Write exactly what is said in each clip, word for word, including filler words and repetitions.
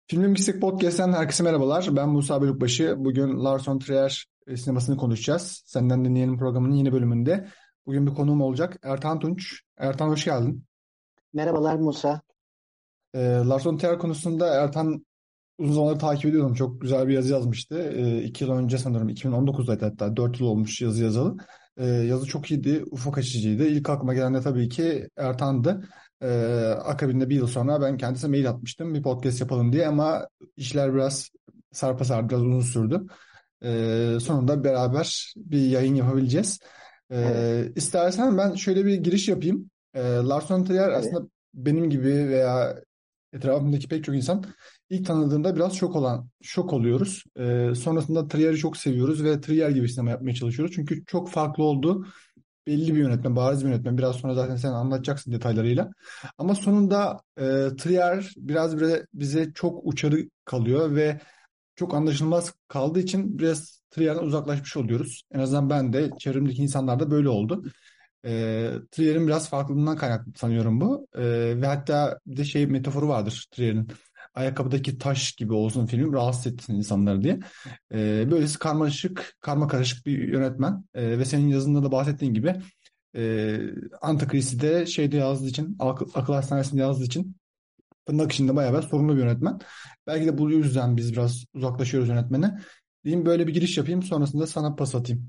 Film Gitsek Podcast'ten herkese merhabalar. Ben Musa Bölükbaşı. Bugün Lars von Trier e, sinemasını konuşacağız. Senden Dinleyelim programının yeni bölümünde. Bugün bir konuğum olacak. Ertan Tunç. Ertan hoş geldin. Merhabalar Musa. Ee, Lars von Trier konusunda Ertan uzun zamandır takip ediyordum. Çok güzel bir yazı yazmıştı. Ee, iki yıl önce sanırım iki bin on dokuzdaydı hatta. Dört yıl olmuş yazı yazalı. Ee, yazı çok iyiydi, ufuk açıcıydı. İlk aklıma gelen de tabii ki Ertan'dı. Ee, Akabinde bir yıl sonra ben kendisine mail atmıştım. Bir podcast yapalım diye ama işler biraz sarpa sardı, biraz uzun sürdü. Ee, sonunda beraber bir yayın yapabileceğiz. Evet, Ee, istersen ben şöyle bir giriş yapayım. Ee, Lars von Trier tabii. aslında benim gibi veya etrafımdaki pek çok insan İlk tanıdığında biraz şok olan şok oluyoruz. Ee, sonrasında Trier'i çok seviyoruz ve Trier gibi sinema yapmaya çalışıyoruz. Çünkü çok farklı oldu. Belli bir yönetmen, bariz bir yönetmen. Biraz sonra zaten sen anlatacaksın detaylarıyla. Ama sonunda e, Trier biraz bize, bize çok uçarı kalıyor ve çok anlaşılmaz kaldığı için biraz Trier'den uzaklaşmış oluyoruz. En azından ben de çevremdeki insanlar da böyle oldu. E, Trier'in biraz farklılığından kaynaklı sanıyorum bu. E, ve hatta bir de şey metaforu vardır Trier'in. Ayakkabıdaki taş gibi olsun film rahatsız etsin insanları diye. E, böylesi karmaşık, karma karışık bir yönetmen. E, ve senin yazında da bahsettiğin gibi e, Antikristi de şeyde yazdığı için, akıl, akıl hastanesinde yazdığı için tırnak içinde bayağı bir sorunlu bir yönetmen. Belki de bu yüzden biz biraz uzaklaşıyoruz yönetmene. Diyeyim böyle bir giriş yapayım sonrasında sana pas atayım.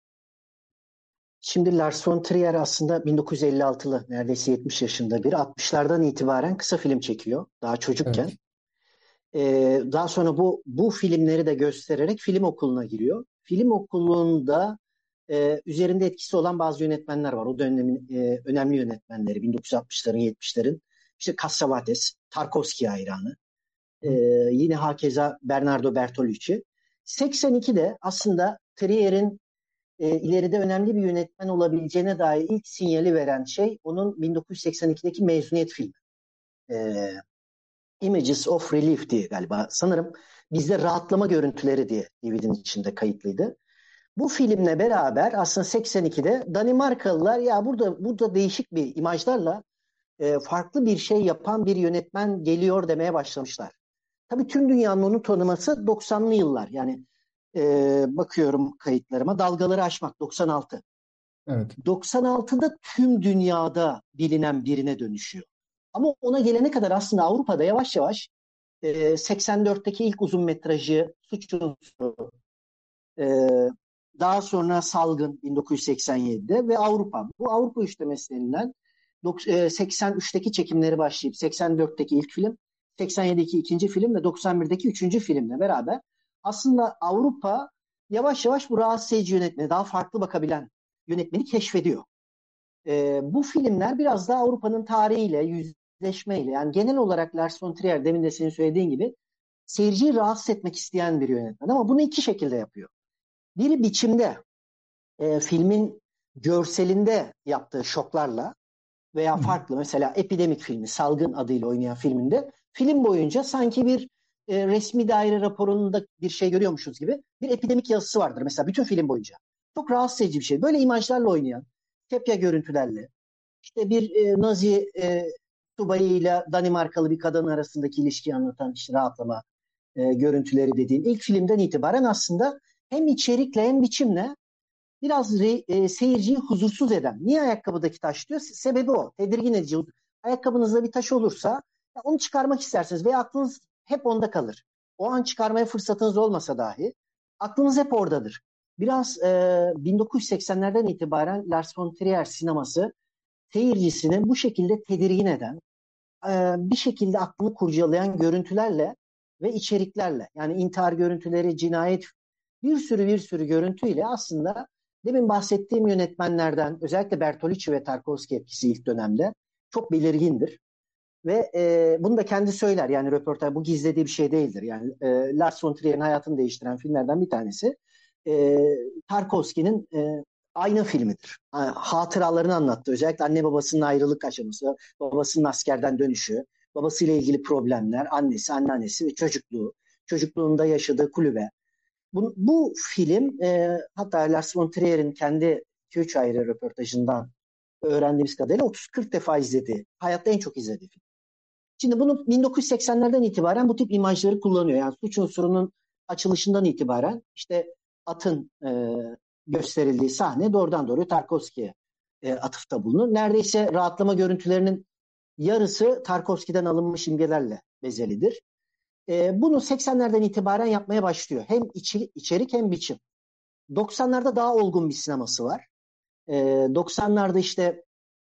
Şimdi Lars von Trier aslında bin dokuz yüz elli altılı, neredeyse yetmiş yaşında biri. altmışlardan itibaren kısa film çekiyor daha Evet. çocukken. Ee, daha sonra bu bu filmleri de göstererek film okuluna giriyor. Film okulunda e, üzerinde etkisi olan bazı yönetmenler var. O dönemin e, önemli yönetmenleri bin dokuz yüz altmışların yetmişlerin. İşte Cassavetes, Tarkovski hayranı. Ee, Hı. Yine hakeza Bernardo Bertolucci. seksen ikide aslında Trier'in e, ileride önemli bir yönetmen olabileceğine dair ilk sinyali veren şey onun bin dokuz yüz seksen ikideki mezuniyet filmi. E, Images of Relief diye galiba. Sanırım bizde rahatlama görüntüleri diye D V D'nin içinde kayıtlıydı. Bu filmle beraber aslında seksen ikide Danimarkalılar ya burada burada değişik bir imajlarla e, farklı bir şey yapan bir yönetmen geliyor demeye başlamışlar. Tabii tüm dünyanın onu tanıması doksanlı yıllar. Yani e, bakıyorum kayıtlarıma Dalgaları Aşmak doksan altı. Evet. doksan altıda tüm dünyada bilinen birine dönüşüyor. Ama ona gelene kadar aslında Avrupa'da yavaş yavaş e, seksen dörtteki ilk uzun metrajı Suç Unsuru, e, daha sonra Salgın bin dokuz yüz seksen yedide ve Avrupa. Bu Avrupa üçlemesi denilen seksen üçteki çekimleri başlayıp seksen dörtteki ilk film, seksen yedideki ikinci film ve doksan birdeki üçüncü filmle beraber aslında Avrupa yavaş yavaş bu rahatsız edici yönetmeni, daha farklı bakabilen yönetmeni keşfediyor. E, bu filmler biraz daha Avrupa'nın tarihiyle, yüzleşmeyle, yani genel olarak Lars von Trier demin de senin söylediğin gibi seyirciyi rahatsız etmek isteyen bir yönetmen ama bunu iki şekilde yapıyor. Biri biçimde, e, filmin görselinde yaptığı şoklarla veya Hı hı. farklı, mesela Epidemik filmi, Salgın adıyla oynayan filminde film boyunca sanki bir e, resmi daire raporunda bir şey görüyormuşuz gibi bir epidemik yazısı vardır mesela bütün film boyunca. Çok rahatsız edici bir şey. Böyle imajlarla oynayan, sepya görüntülerle, işte bir e, Nazi e, subayıyla Danimarkalı bir kadın arasındaki ilişkiyi anlatan işte rahatlama e, görüntüleri dediğim ilk filmden itibaren aslında hem içerikle hem biçimle biraz re, e, seyirciyi huzursuz eden. Niye ayakkabıdaki taş diyor? Sebebi o. Tedirgin edici. Ayakkabınızda bir taş olursa onu çıkarmak istersiniz veya aklınız hep onda kalır. O an çıkarmaya fırsatınız olmasa dahi aklınız hep oradadır. Biraz e, bin dokuz yüz seksenlerden itibaren Lars von Trier sineması seyircisini bu şekilde tedirgin eden, e, bir şekilde aklını kurcalayan görüntülerle ve içeriklerle, yani intihar görüntüleri, cinayet, bir sürü bir sürü görüntüyle aslında demin bahsettiğim yönetmenlerden özellikle Bertolucci ve Tarkovski etkisi ilk dönemde çok belirgindir. Ve e, bunu da kendi söyler, yani röportaj, bu gizlediği bir şey değildir. Yani e, Lars von Trier'in hayatını değiştiren filmlerden bir tanesi e, Tarkovski'nin e, Ayna filmidir. Hatıralarını anlattı. Özellikle anne babasının ayrılık aşaması, babasının askerden dönüşü, babasıyla ilgili problemler, annesi, anneannesi ve çocukluğu, çocukluğunda yaşadığı kulübe. Bu, bu film e, hatta Lars von Trier'in kendi iki üç ayrı röportajından öğrendiğimiz kadarıyla otuz kırk defa izledi. Hayatta en çok izlediği film. Şimdi bunu bin dokuz yüz seksenlerden itibaren bu tip imajları kullanıyor. Yani suç unsurunun açılışından itibaren işte atın e, gösterildiği sahne doğrudan doğruya Tarkovski'ye e, atıfta bulunur. Neredeyse rahatlama görüntülerinin yarısı Tarkovski'den alınmış imgelerle bezelidir. E, bunu seksenlerden itibaren yapmaya başlıyor. Hem içi, içerik hem biçim. doksanlarda daha olgun bir sineması var. E, doksanlarda işte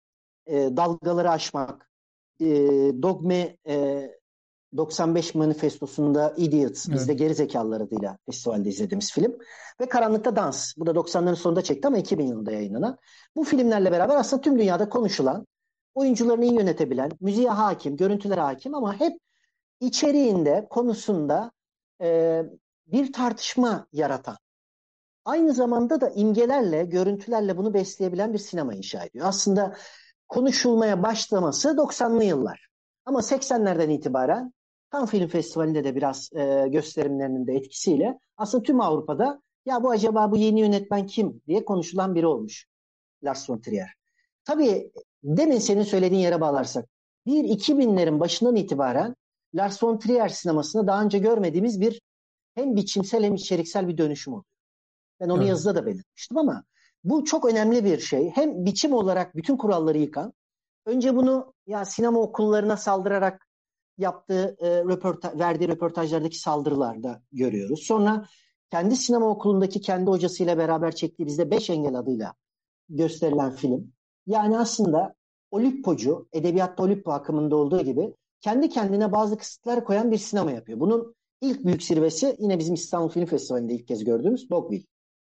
e, Dalgaları Aşmak, e, Dogme e, doksan beş Manifestosu'nda Idiots, bizde Evet. Gerizekalılar adıyla festivalde izlediğimiz film. Ve Karanlıkta Dans. Bu da doksanların sonunda çekti ama iki bin yılında yayınlanan. Bu filmlerle beraber aslında tüm dünyada konuşulan, oyuncularını iyi yönetebilen, müziğe hakim, görüntülere hakim ama hep içeriğinde, konusunda e, bir tartışma yaratan. Aynı zamanda da imgelerle, görüntülerle bunu besleyebilen bir sinema inşa ediyor. Aslında konuşulmaya başlaması doksanlı yıllar. Ama seksenlerden itibaren Cannes Film Festivali'nde de biraz e, gösterimlerinin de etkisiyle aslında tüm Avrupa'da ya bu acaba bu yeni yönetmen kim diye konuşulan biri olmuş. Lars von Trier. Tabii demin senin söylediğin yere bağlarsak bir iki binlerin başından itibaren Lars von Trier sinemasında daha önce görmediğimiz bir hem biçimsel hem içeriksel bir dönüşüm oldu. Ben onu Evet. yazıda da belirtmiştim ama bu çok önemli bir şey. Hem biçim olarak bütün kuralları yıkan, önce bunu ya sinema okullarına saldırarak yaptığı e, röportaj, verdiği röportajlardaki saldırılarda görüyoruz. Sonra kendi sinema okulundaki kendi hocasıyla beraber çektiği bizde Beş Engel adıyla gösterilen film. Yani aslında Olippocu, edebiyatta Olippo akımında olduğu gibi kendi kendine bazı kısıtlar koyan bir sinema yapıyor. Bunun ilk büyük zirvesi yine bizim İstanbul Film Festivali'nde ilk kez gördüğümüz Dogville.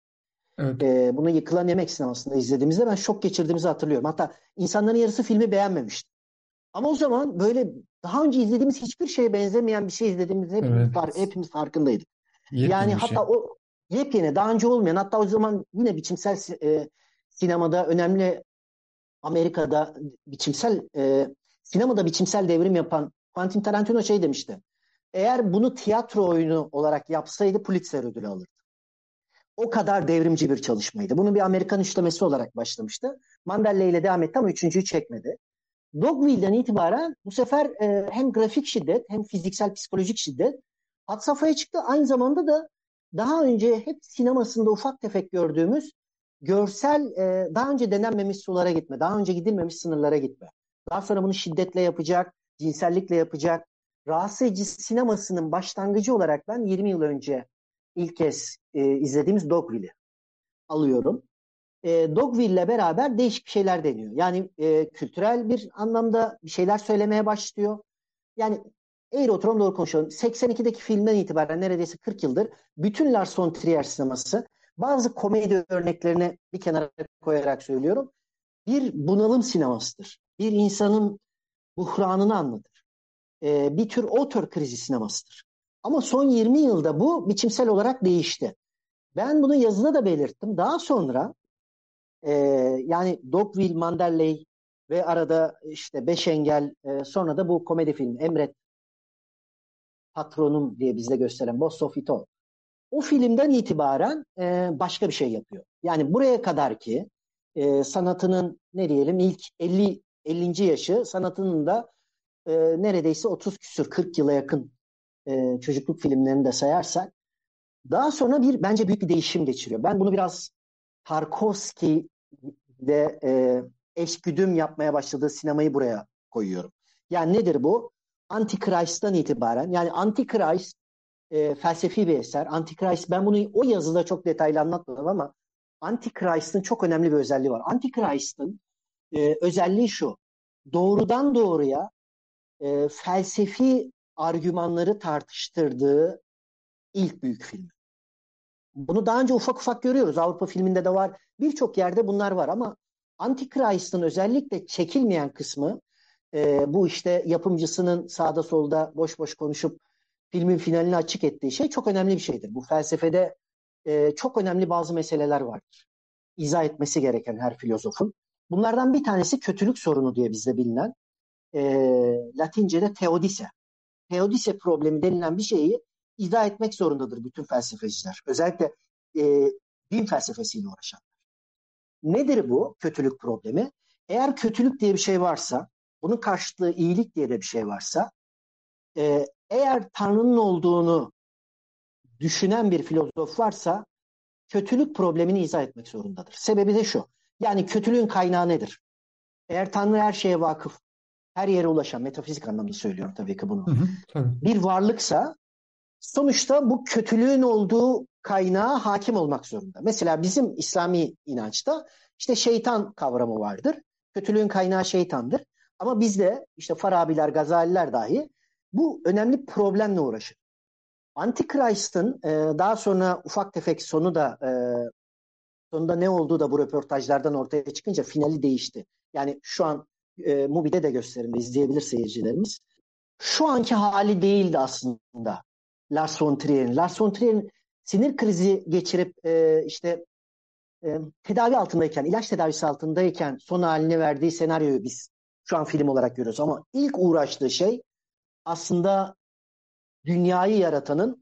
Evet. Ee, bunu Yıkılan Yemek sinemasında izlediğimizde ben şok geçirdiğimizi hatırlıyorum. Hatta insanların yarısı filmi beğenmemişti. Ama o zaman böyle daha önce izlediğimiz hiçbir şeye benzemeyen bir şey izlediğimizde hepimiz, far- Evet. hepimiz farkındaydık. Yani Yepyeni bir hatta şey. o yepyeni, daha önce olmayan, hatta o zaman yine biçimsel e, sinemada önemli, Amerika'da biçimsel e, sinemada biçimsel devrim yapan Quentin Tarantino şey demişti. Eğer bunu tiyatro oyunu olarak yapsaydı Pulitzer ödülü alırdı. O kadar devrimci bir çalışmaydı. Bunu bir Amerikan üçlemesi olarak başlamıştı. Mandela ile devam etti ama üçüncüyü çekmedi. Dogville'den itibaren bu sefer e, hem grafik şiddet hem fiziksel psikolojik şiddet had safhaya çıktı. Aynı zamanda da daha önce hep sinemasında ufak tefek gördüğümüz görsel, e, daha önce denenmemiş sulara gitme, daha önce gidilmemiş sınırlara gitme. Daha sonra bunu şiddetle yapacak, cinsellikle yapacak. Rahatsız edici sinemasının başlangıcı olarak ben yirmi yıl önce ilk kez e, izlediğimiz Dogville'i alıyorum. E, Dogville'le beraber değişik şeyler deniyor. Yani e, kültürel bir anlamda bir şeyler söylemeye başlıyor. Yani eğri oturalım doğru konuşalım. seksen ikideki filmden itibaren neredeyse kırk yıldır bütün Lars von Trier sineması, bazı komedi örneklerini bir kenara koyarak söylüyorum, bir bunalım sinemasıdır. Bir insanın buhranını anlatır. E, bir tür otör krizi sinemasıdır. Ama son yirmi yılda bu biçimsel olarak değişti. Ben bunu yazıda da belirttim. Daha sonra ee, yani Dogville, Manderley ve arada işte Beş Engel, e, sonra da bu komedi filmi Emret Patronum diye bizde gösteren Boss of It All. O filmden itibaren e, başka bir şey yapıyor. Yani buraya kadar ki e, sanatının ne diyelim ilk elli ellinci yaşı, sanatının da e, neredeyse otuz küsür kırk yıla yakın e, çocukluk filmlerini de sayarsak daha sonra bir bence büyük bir değişim geçiriyor. Ben bunu biraz Tarkovski de e, eşgüdüm yapmaya başladığı sinemayı buraya koyuyorum. Yani nedir bu? Antichrist'tan itibaren, yani Antichrist e, felsefi bir eser. Antichrist, ben bunu o yazıda çok detaylı anlatmadım ama Antichrist'ın çok önemli bir özelliği var. Antichrist'ın e, özelliği şu: doğrudan doğruya e, felsefi argümanları tartıştırdığı ilk büyük film. Bunu daha önce ufak ufak görüyoruz. Avrupa filminde de var. Birçok yerde bunlar var ama Antichrist'ın özellikle çekilmeyen kısmı, e, bu işte yapımcısının sağda solda boş boş konuşup filmin finalini açık ettiği şey çok önemli bir şeydir. Bu felsefede e, çok önemli bazı meseleler vardır. İzah etmesi gereken her filozofun. Bunlardan bir tanesi kötülük sorunu diye bizde bilinen, e, Latince'de teodise. Teodise problemi denilen bir şeyi izah etmek zorundadır bütün felsefeciler. Özellikle e, din felsefesiyle uğraşan. Nedir bu kötülük problemi? Eğer kötülük diye bir şey varsa, bunun karşılığı iyilik diye de bir şey varsa, E, eğer Tanrı'nın olduğunu düşünen bir filozof varsa kötülük problemini izah etmek zorundadır. Sebebi de şu. Yani kötülüğün kaynağı nedir? Eğer Tanrı her şeye vakıf, her yere ulaşan, metafizik anlamda söylüyorum tabii ki bunu, Hı hı, tabii. bir varlıksa sonuçta bu kötülüğün olduğu kaynağa hakim olmak zorunda. Mesela bizim İslami inançta işte şeytan kavramı vardır. Kötülüğün kaynağı şeytandır. Ama bizde işte Farabiler, Gazaliler dahi bu önemli problemle uğraşır. Antichrist'ın e, daha sonra ufak tefek sonu da e, sonunda ne olduğu da bu röportajlardan ortaya çıkınca finali değişti. Yani şu an e, Mubi'de de gösterimde izleyebilir seyircilerimiz. Şu anki hali değildi aslında Lars von Trier'in. Lars von Trier'in sinir krizi geçirip e, işte e, tedavi altındayken, ilaç tedavisi altındayken son haline verdiği senaryoyu biz şu an film olarak görüyoruz. Ama ilk uğraştığı şey aslında dünyayı yaratanın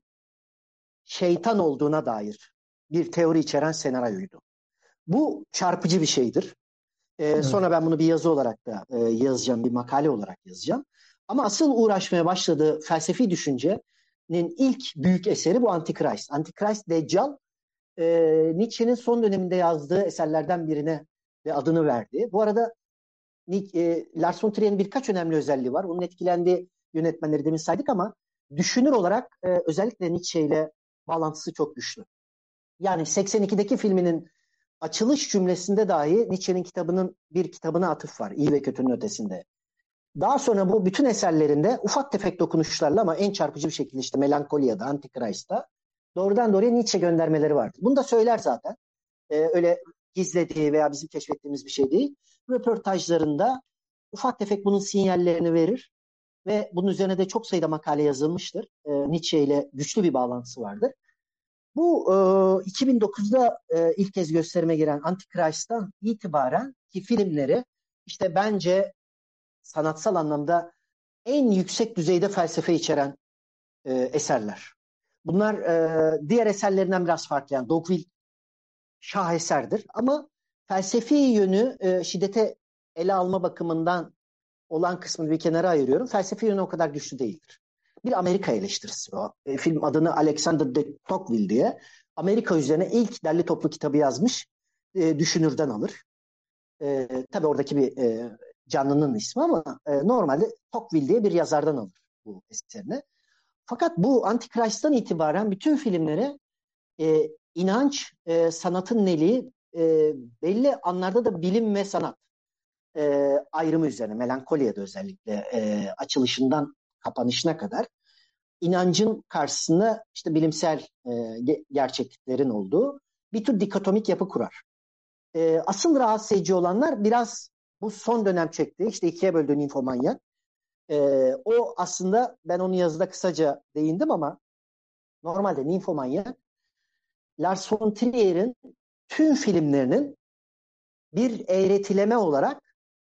şeytan olduğuna dair bir teori içeren senaryoydu. Bu çarpıcı bir şeydir. Ee, Evet. sonra ben bunu bir yazı olarak da e, yazacağım, bir makale olarak yazacağım. Ama asıl uğraşmaya başladığı felsefi düşüncenin ilk büyük eseri bu Antichrist. Antichrist Deccal, e, Nietzsche'nin son döneminde yazdığı eserlerden birine ve adını verdi. Bu arada e, Lars von Trier'in birkaç önemli özelliği var. Onun etkilendiği yönetmenleri demin saydık ama düşünür olarak e, özellikle Nietzsche ile bağlantısı çok güçlü. Yani seksen ikideki filminin açılış cümlesinde dahi Nietzsche'nin kitabının bir kitabına atıf var. İyi ve kötünün ötesinde. Daha sonra bu bütün eserlerinde ufak tefek dokunuşlarla ama en çarpıcı bir şekilde işte Melankolia'da, Antichrist'ta doğrudan doğruya Nietzsche göndermeleri vardır. Bunu da söyler zaten. Ee, öyle gizlediği veya bizim keşfettiğimiz bir şey değil. Röportajlarında ufak tefek bunun sinyallerini verir ve bunun üzerine de çok sayıda makale yazılmıştır. Ee, Nietzsche ile güçlü bir bağlantısı vardır. Bu e, iki bin dokuzda e, ilk kez gösterime giren Antichrist'tan itibaren ki filmleri işte bence sanatsal anlamda en yüksek düzeyde felsefe içeren e, eserler. Bunlar e, diğer eserlerinden biraz farklı. Yani Dogville şaheserdir ama felsefi yönü e, şiddete ele alma bakımından olan kısmını bir kenara ayırıyorum. Felsefi yönü o kadar güçlü değildir. Bir Amerika eleştirisi o. E, film adını Alexander de Tocqueville diye Amerika üzerine ilk derli toplu kitabı yazmış e, düşünürden alır. E, tabii oradaki bir e, canlının ismi ama e, normalde Tocqueville diye bir yazardan alır bu eserini. Fakat bu Antichrist'tan itibaren bütün filmlere e, inanç, e, sanatın neliği e, belli anlarda da bilim ve sanat e, ayrımı üzerine, Melankolia'da özellikle e, açılışından kapanışına kadar inancın karşısında işte bilimsel e, ge- gerçekliklerin olduğu bir tür dikotomik yapı kurar. E, asıl rahatsız edici olanlar biraz bu son dönem çektiği işte ikiye böldüğü Nymphomaniac. E, o aslında ben onu yazıda kısaca değindim ama normalde Nymphomaniac Lars von Trier'in tüm filmlerinin bir eğretileme olarak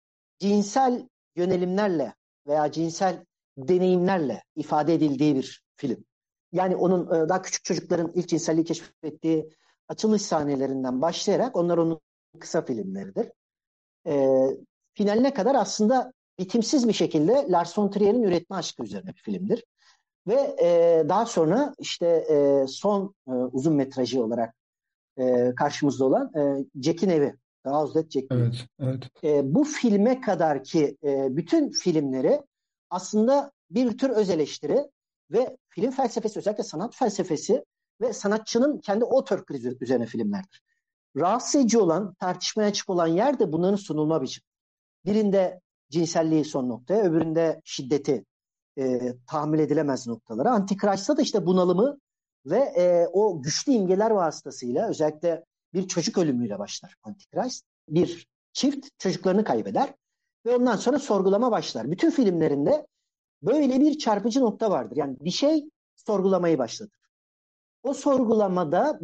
cinsel yönelimlerle veya cinsel deneyimlerle ifade edildiği bir film. Yani onun e, daha küçük çocukların ilk cinselliği keşfettiği açılış sahnelerinden başlayarak onlar onun kısa filmleridir. E, finaline kadar aslında bitimsiz bir şekilde Lars von Trier'in üretme aşkı üzerine bir filmdir. Ve e, daha sonra işte e, son e, uzun metrajı olarak e, karşımızda olan e, Jack'in Evi. The House That Jack Built. Evet. Evet. E, bu filme kadar ki e, bütün filmleri aslında bir tür öz eleştiri ve film felsefesi özellikle sanat felsefesi ve sanatçının kendi otör krizi üzerine filmlerdir. Rahatsız edici olan, tartışmaya açık olan yer de bunların sunulma biçimi. Birinde cinselliği son noktaya, öbüründe şiddeti e, tahammül edilemez noktalara. Antichrist'ta da işte bunalımı ve e, o güçlü imgeler vasıtasıyla özellikle bir çocuk ölümüyle başlar Antichrist. Bir çift çocuklarını kaybeder ve ondan sonra sorgulama başlar. Bütün filmlerinde böyle bir çarpıcı nokta vardır. Yani bir şey sorgulamayı başlatır. O sorgulamada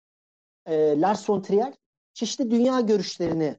e, Lars von Trier çeşitli dünya görüşlerini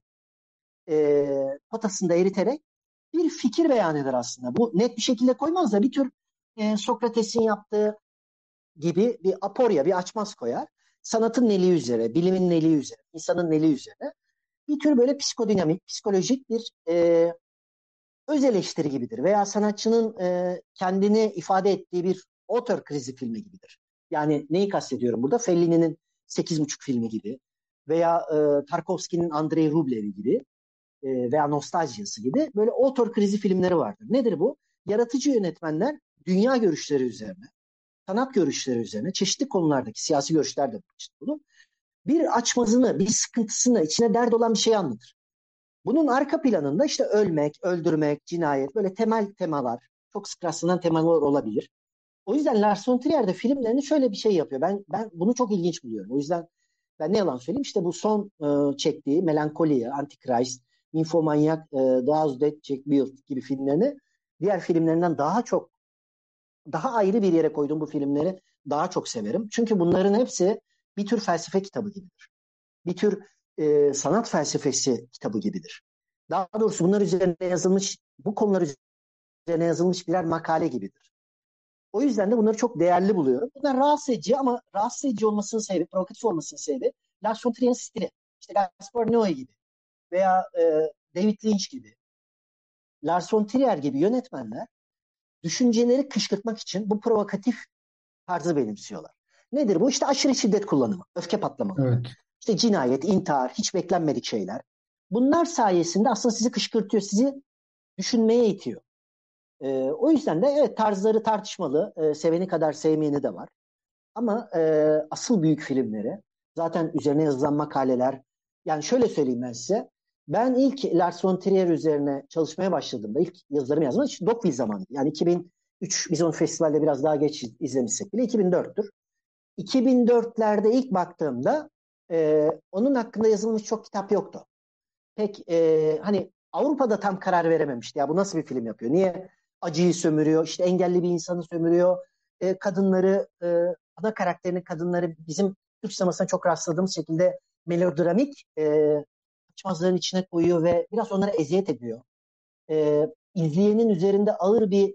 e, potasında eriterek bir fikir beyan eder aslında. Bu net bir şekilde koymaz da bir tür e, Sokrates'in yaptığı gibi bir aporya, bir açmaz koyar. Sanatın neliği üzere, bilimin neliği üzere, insanın neliği üzere bir tür böyle psikodinamik, psikolojik bir e, öz eleştiri gibidir veya sanatçının e, kendini ifade ettiği bir author krizi filmi gibidir. Yani neyi kastediyorum burada? Fellini'nin Sekiz Buçuk filmi gibi veya e, Tarkovski'nin Andrei Rublev'i gibi e, veya Nostaljiyası gibi böyle author krizi filmleri vardır. Nedir bu? Yaratıcı yönetmenler dünya görüşleri üzerine, sanat görüşleri üzerine, çeşitli konulardaki siyasi görüşler de bunu bir açmazını, bir sıkıntısını, içine dert olan bir şey anlatır. Bunun arka planında işte ölmek, öldürmek, cinayet böyle temel temalar, çok sık rastlanan temalar olabilir. O yüzden Lars von Trier de filmlerini şöyle bir şey yapıyor. Ben ben bunu çok ilginç buluyorum. O yüzden ben ne yalan söyleyeyim işte bu son e, çektiği Melancholia, Antichrist, Nymphomaniac, e, The House That Jack Built gibi filmlerini diğer filmlerinden daha çok daha ayrı bir yere koyduğum bu filmleri daha çok severim. Çünkü bunların hepsi bir tür felsefe kitabı gibidir. Bir tür e, sanat felsefesi kitabı gibidir. Daha doğrusu bunlar üzerine yazılmış, bu konular üzerine yazılmış birer makale gibidir. O yüzden de bunları çok değerli buluyorum. Bunlar rahatsız edici ama rahatsız edici olmasının sebebi, provokatif olmasının sebebi Lars von Trier'in stili. İşte Gaspar Noé gibi veya e, David Lynch gibi, Lars von Trier gibi yönetmenler düşünceleri kışkırtmak için bu provokatif tarzı benimsiyorlar. Nedir bu? İşte aşırı şiddet kullanımı, öfke patlamaları, Evet. işte cinayet, intihar, hiç beklenmedik şeyler. Bunlar sayesinde aslında sizi kışkırtıyor, sizi düşünmeye itiyor. Ee, o yüzden de evet tarzları tartışmalı, ee, seveni kadar sevmeyeni de var. Ama e, asıl büyük filmleri, zaten üzerine yazılan makaleler, yani şöyle söyleyeyim ben size. Ben ilk Lars von Trier üzerine çalışmaya başladığımda, ilk yazılarımı yazdım, işte Dogville zamanı. Yani iki bin üç, biz onu festivalde biraz daha geç izlemişsek bile iki bin dörttür. iki bin dörtlerde ilk baktığımda e, onun hakkında yazılmış çok kitap yoktu. Pek e, hani Avrupa'da tam karar verememişti. Ya bu nasıl bir film yapıyor? Niye acıyı sömürüyor? İşte engelli bir insanı sömürüyor. E, kadınları, e, ana karakterini kadınları bizim Türk sinemasına çok rastladığımız şekilde melodramik e, açmazların içine koyuyor ve biraz onlara eziyet ediyor. E, izleyenin üzerinde ağır bir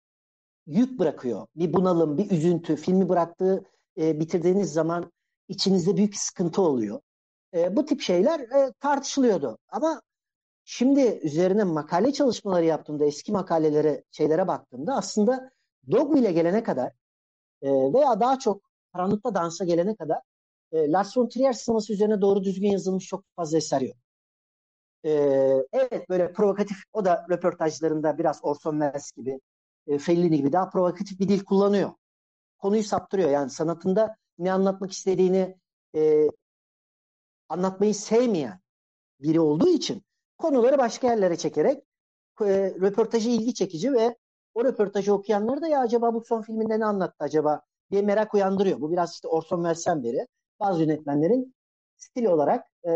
yük bırakıyor. Bir bunalım, bir üzüntü. Filmi bıraktığı, e, bitirdiğiniz zaman içinizde büyük sıkıntı oluyor. E, bu tip şeyler e, tartışılıyordu. Ama şimdi üzerine makale çalışmaları yaptığımda, eski makalelere, şeylere baktığımda aslında Dogville'e gelene kadar e, veya daha çok Karanlıkta Dansa gelene kadar e, Lars von Trier sineması üzerine doğru düzgün yazılmış çok fazla eser yok. E, evet böyle provokatif, o da röportajlarında biraz Orson Welles gibi, e, Fellini gibi daha provokatif bir dil kullanıyor. Konuyu saptırıyor. Yani sanatında ne anlatmak istediğini e, anlatmayı sevmeyen biri olduğu için konuları başka yerlere çekerek e, röportajı ilgi çekici ve o röportajı okuyanları da ya acaba bu son filminde ne anlattı acaba diye merak uyandırıyor. Bu biraz işte Orson Welles'ten beri bazı yönetmenlerin stil olarak e,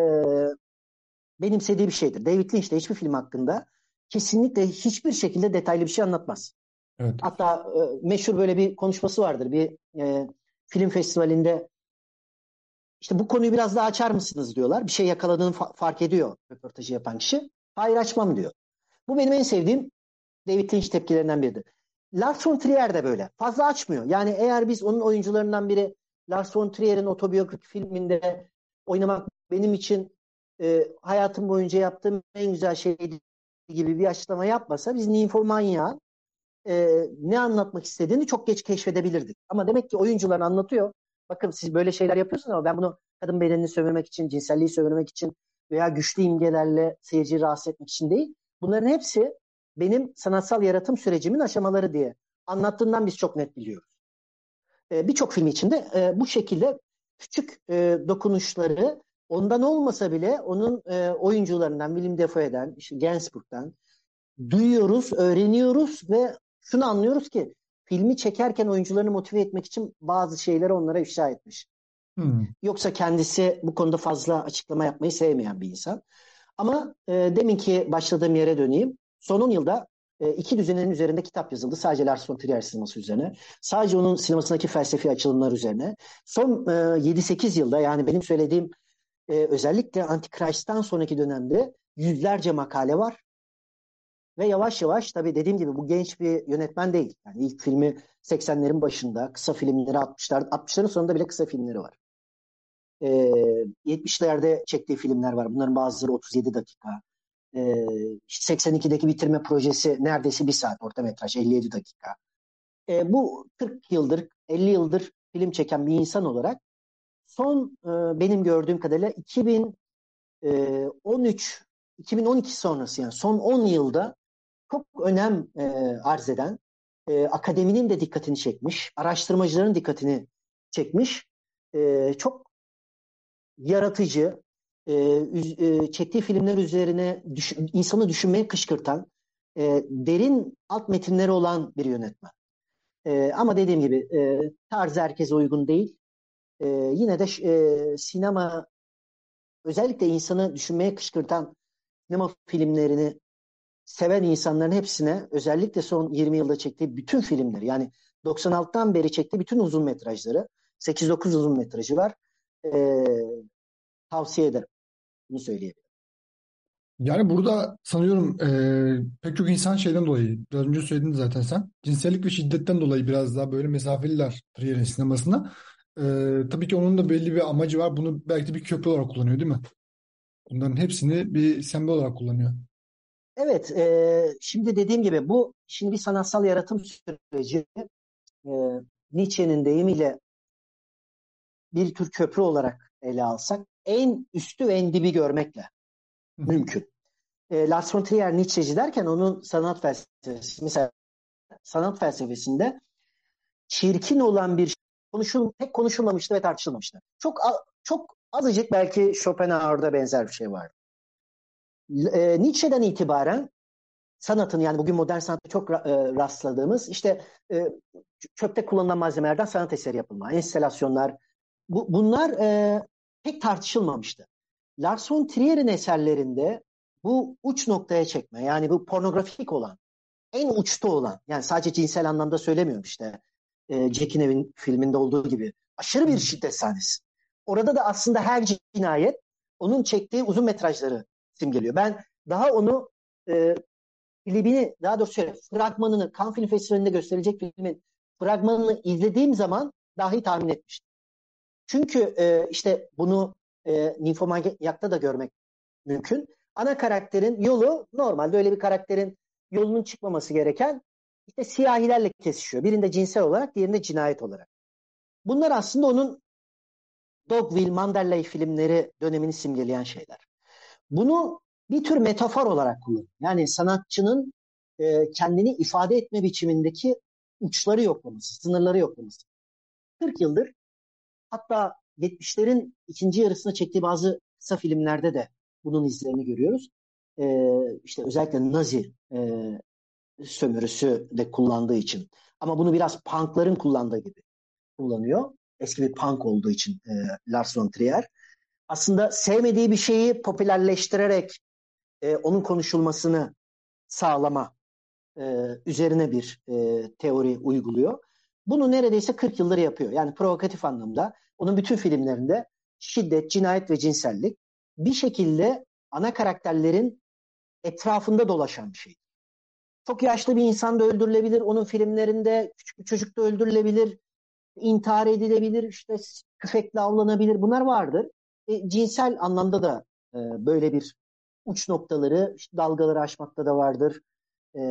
benimsediği bir şeydir. David Lynch de hiçbir film hakkında kesinlikle hiçbir şekilde detaylı bir şey anlatmaz. Evet. Hatta e, meşhur böyle bir konuşması vardır. Bir e, film festivalinde işte bu konuyu biraz daha açar mısınız diyorlar. Bir şey yakaladığını fa- fark ediyor röportajı yapan kişi. Hayır açmam diyor. Bu benim en sevdiğim David Lynch tepkilerinden biridir. Lars von Trier de böyle. Fazla açmıyor. Yani eğer biz onun oyuncularından biri Lars von Trier'in otobiyografik filminde oynamak benim için e, hayatım boyunca yaptığım en güzel şeydi gibi bir açıklama yapmasa biz Nymphomania e, ne anlatmak istediğini çok geç keşfedebilirdik. Ama demek ki oyuncular anlatıyor. Bakın siz böyle şeyler yapıyorsunuz ama ben bunu kadın bedenini sömürmek için, cinselliği sömürmek için veya güçlü imgelerle seyirciyi rahatsız etmek için değil. Bunların hepsi benim sanatsal yaratım sürecimin aşamaları diye anlattığından biz çok net biliyoruz. E, Birçok film içinde e, bu şekilde küçük e, dokunuşları ondan olmasa bile onun e, oyuncularından, Willem Dafoe'den, işte Gainsbourg'dan duyuyoruz, öğreniyoruz ve şunu anlıyoruz ki filmi çekerken oyuncularını motive etmek için bazı şeyleri onlara ifşa etmiş. Hmm. Yoksa kendisi bu konuda fazla açıklama yapmayı sevmeyen bir insan. Ama e, deminki başladığım yere döneyim. Son on yılda e, iki düzinenin üzerinde kitap yazıldı. Sadece Lars von Trier sineması üzerine. Sadece onun sinemasındaki felsefi açılımlar üzerine. Son e, yedi sekiz yılda yani benim söylediğim e, özellikle Antichrist'tan sonraki dönemde yüzlerce makale var. Ve yavaş yavaş tabii dediğim gibi bu genç bir yönetmen değil. Yani ilk filmi seksenlerin başında, kısa filmleri altmışlar, altmışların sonunda bile kısa filmleri var. Ee, yetmişlerde çektiği filmler var. Bunların bazıları otuz yedi dakika. E, seksen ikideki bitirme projesi neredeyse bir saat orta metraj elli yedi dakika. E, bu kırk yıldır elli yıldır film çeken bir insan olarak son e, benim gördüğüm kadarıyla iki bin on üç iki bin on iki sonrası yani son on yılda çok önem e, arz eden, e, akademinin de dikkatini çekmiş, araştırmacıların dikkatini çekmiş, e, çok yaratıcı, e, üz- e, çektiği filmler üzerine düş- insanı düşünmeye kışkırtan, e, derin alt metinleri olan bir yönetmen. E, ama dediğim gibi e, tarzı herkese uygun değil. E, yine de e, sinema özellikle insanı düşünmeye kışkırtan sinema filmlerini seven insanların hepsine özellikle son yirmi yılda çektiği bütün filmleri yani doksan altıdan beri çektiği bütün uzun metrajları sekiz dokuz uzun metrajı var. Ee, tavsiye ederim. Bunu söyleyebilirim. Yani burada sanıyorum e, pek çok insan şeyden dolayı, biraz önce söyledin zaten sen, cinsellik ve şiddetten dolayı biraz daha böyle mesafeliler Trier'in sinemasına. E, tabii ki onun da belli bir amacı var. Bunu belki de bir köprü olarak kullanıyor değil mi? Bunların hepsini bir sembol olarak kullanıyor. Evet, e, şimdi dediğim gibi bu şimdi bir sanatsal yaratım süreci. E, Nietzsche'nin deyimiyle bir tür köprü olarak ele alsak en üstü ve en dibi görmekle Hı hı. mümkün. E, Lars von Trier Nietzsche'ci derken onun sanat felsefesi, mesela sanat felsefesinde çirkin olan bir şey konuşul, pek konuşulmamıştı ve tartışılmamıştı. Çok çok azıcık belki Schopenhauer'da benzer bir şey var. E, Nietzsche'den itibaren sanatın yani bugün modern sanatta çok ra- e, rastladığımız işte e, çöpte kullanılan malzemelerden sanat eseri yapılma, enstalasyonlar bu, bunlar e, pek tartışılmamıştı. Lars von Trier'in eserlerinde bu uç noktaya çekme yani bu pornografik olan en uçta olan yani sadece cinsel anlamda söylemiyorum işte e, Jack Nevin filminde olduğu gibi aşırı Hı bir hı. şiddet sahnesi. Orada da aslında her cinayet onun çektiği uzun metrajları simgeliyor. Ben daha onu e, klibini daha doğrusu şöyle fragmanını Cannes Film Festivali'nde gösterecek filmin fragmanını izlediğim zaman dahi tahmin etmiştim. Çünkü e, işte bunu e, Nymphomaniac'ta da görmek mümkün. Ana karakterin yolu normalde öyle bir karakterin yolunun çıkmaması gereken işte siyahilerle kesişiyor. Birinde cinsel olarak, diğerinde cinayet olarak. Bunlar aslında onun Dogville, Manderley filmleri dönemini simgeleyen şeyler. Bunu bir tür metafor olarak kullanıyor. Yani sanatçının e, kendini ifade etme biçimindeki uçları yoklaması, sınırları yoklaması. kırk yıldır hatta yetmişlerin ikinci yarısına çektiği bazı kısa filmlerde de bunun izlerini görüyoruz. Ee, işte özellikle Nazi e, sömürüsü de kullandığı için. Ama bunu biraz punkların kullandığı gibi kullanıyor. Eski bir punk olduğu için e, Lars von Trier. Aslında sevmediği bir şeyi popülerleştirerek e, onun konuşulmasını sağlama e, üzerine bir e, teori uyguluyor. Bunu neredeyse kırk yıldır yapıyor. Yani provokatif anlamda onun bütün filmlerinde şiddet, cinayet ve cinsellik bir şekilde ana karakterlerin etrafında dolaşan bir şey. Çok yaşlı bir insan da öldürülebilir. Onun filmlerinde küçük bir çocuk da öldürülebilir. İntihar edilebilir. İşte tüfekle avlanabilir. Bunlar vardır. E, cinsel anlamda da e, böyle bir uç noktaları, işte dalgaları aşmakta da vardır. E,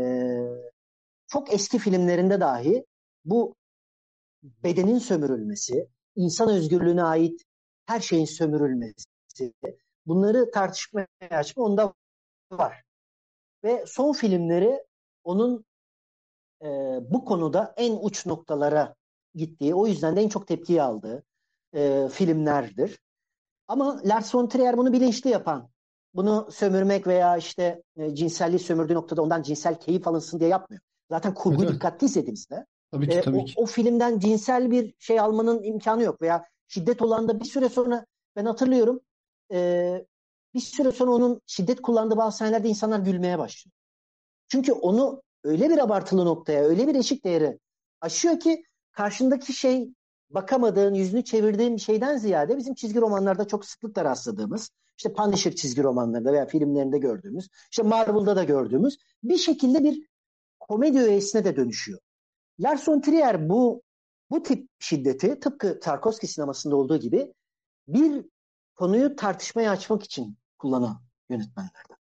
çok eski filmlerinde dahi bu bedenin sömürülmesi, insan özgürlüğüne ait her şeyin sömürülmesi, bunları tartışmaya açma onda var. Ve son filmleri onun e, bu konuda en uç noktalara gittiği, o yüzden de en çok tepkiyi aldığı e, filmlerdir. Ama Lars von Trier bunu bilinçli yapan, bunu sömürmek veya işte e, cinselliği sömürdüğü noktada ondan cinsel keyif alınsın diye yapmıyor. Zaten Evet, kurguyu evet. dikkatli izlediğimizde Tabii ki, e, tabii o, ki. o filmden cinsel bir şey almanın imkanı yok veya şiddet olan da bir süre sonra ben hatırlıyorum e, bir süre sonra onun şiddet kullandığı bazı sahnelerde insanlar gülmeye başlıyor. Çünkü onu öyle bir abartılı noktaya, öyle bir eşik değeri aşıyor ki karşındaki şey bakamadığın, yüzünü çevirdiğin bir şeyden ziyade bizim çizgi romanlarda çok sıklıkla rastladığımız, işte Punisher çizgi romanlarında veya filmlerinde gördüğümüz, işte Marvel'da da gördüğümüz bir şekilde bir komedi öğesine de dönüşüyor. Lars von Trier bu bu tip şiddeti tıpkı Tarkovski sinemasında olduğu gibi bir konuyu tartışmaya açmak için kullanan yönetmenlerden.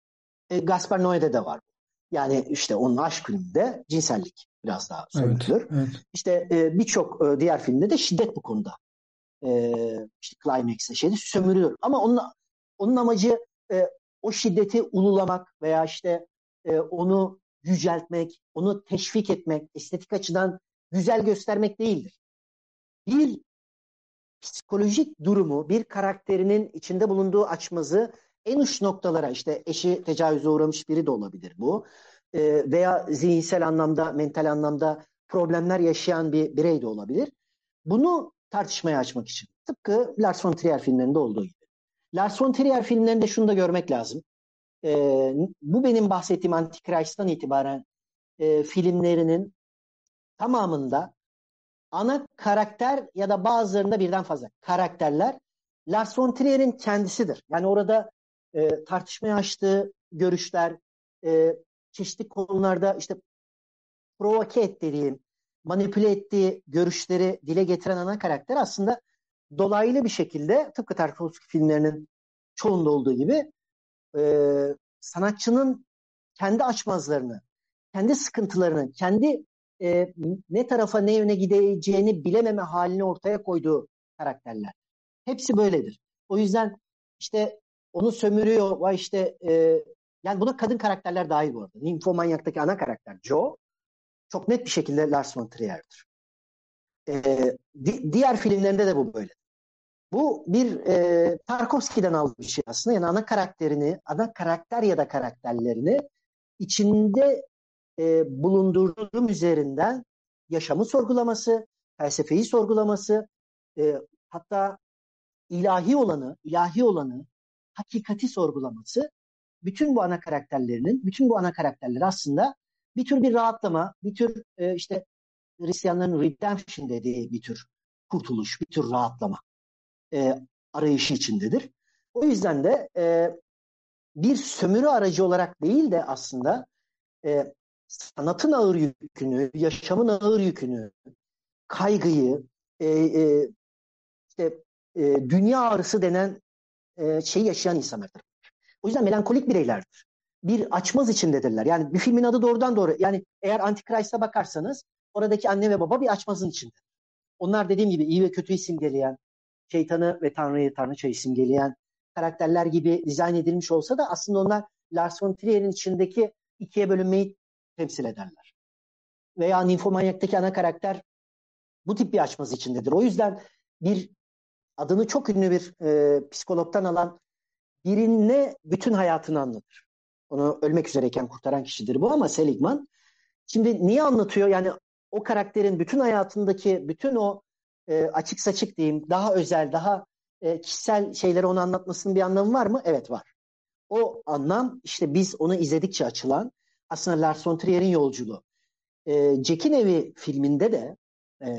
E, Gaspar Noé'de de var. Yani işte onun aşk filminde cinsellik biraz daha Evet, sömürülür. evet. İşte e, birçok e, diğer filmde de şiddet bu konuda. E, işte Climax'e şeyde sömürülür. Ama onun onun amacı e, o şiddeti ululamak veya işte e, onu yüceltmek, onu teşvik etmek, estetik açıdan güzel göstermek değildir. Bir psikolojik durumu, bir karakterinin içinde bulunduğu açmazı en uç noktalara, işte eşi tecavüze uğramış biri de olabilir bu. E, veya zihinsel anlamda, mental anlamda problemler yaşayan bir birey de olabilir. Bunu tartışmaya açmak için. Tıpkı Lars von Trier filmlerinde olduğu gibi. Lars von Trier filmlerinde şunu da görmek lazım. E, bu benim bahsettiğim Antichrist'tan itibaren e, filmlerinin tamamında ana karakter ya da bazılarında birden fazla karakterler Lars von Trier'in kendisidir. Yani orada e, tartışmaya açtığı görüşler, e, çeşitli konularda işte provoke ettiği, manipüle ettiği görüşleri dile getiren ana karakter aslında dolaylı bir şekilde tıpkı Tarkovski filmlerinin çoğunda olduğu gibi e, sanatçının kendi açmazlarını, kendi sıkıntılarını, kendi e, ne tarafa ne yöne gideceğini bilememe halini ortaya koyduğu karakterler. Hepsi böyledir. O yüzden işte onu sömürüyor, vay işte e, yani buna kadın karakterler dahil bu arada. Nymphomaniac'taki ana karakter Joe çok net bir şekilde Lars von Trier'dir. E, di- diğer filmlerinde de bu böyle. Bu bir e, Tarkovski'den aldığı bir şey aslında. Yani ana karakterini, ana karakter ya da karakterlerini içinde e, bulunduğu durum üzerinden yaşamı sorgulaması, felsefeyi sorgulaması, e, hatta ilahi olanı, ilahi olanı, hakikati sorgulaması bütün bu ana karakterlerinin, bütün bu ana karakterler aslında bir tür bir rahatlama, bir tür e, işte Hristiyanların redemption dediği bir tür kurtuluş, bir tür rahatlama e, arayışı içindedir. O yüzden de e, bir sömürü aracı olarak değil de aslında e, sanatın ağır yükünü, yaşamın ağır yükünü, kaygıyı, e, e, işte e, dünya ağrısı denen e, şeyi yaşayan insanlardır. O yüzden melankolik bireylerdir. Bir açmaz içindedirler. Yani bir filmin adı doğrudan doğru. Yani eğer Antichrist'a bakarsanız oradaki anne ve baba bir açmazın içinde. Onlar dediğim gibi iyi ve kötüyü simgeleyen, şeytanı ve Tanrı'yı, Tanrıçayı simgeleyen karakterler gibi dizayn edilmiş olsa da aslında onlar Lars von Trier'in içindeki ikiye bölünmeyi temsil ederler. Veya Nymphomaniac'taki ana karakter bu tip bir açmaz içindedir. O yüzden bir adını çok ünlü bir e, psikologdan alan birine bütün hayatını anlatır. Onu ölmek üzereyken kurtaran kişidir bu ama Seligman. Şimdi niye anlatıyor? Yani o karakterin bütün hayatındaki bütün o e, açık saçık diyeyim daha özel, daha e, kişisel şeyleri ona anlatmasının bir anlamı var mı? Evet var. O anlam işte biz onu izledikçe açılan aslında Lars von Trier'in yolculuğu. E, Jack'in Evi filminde de e,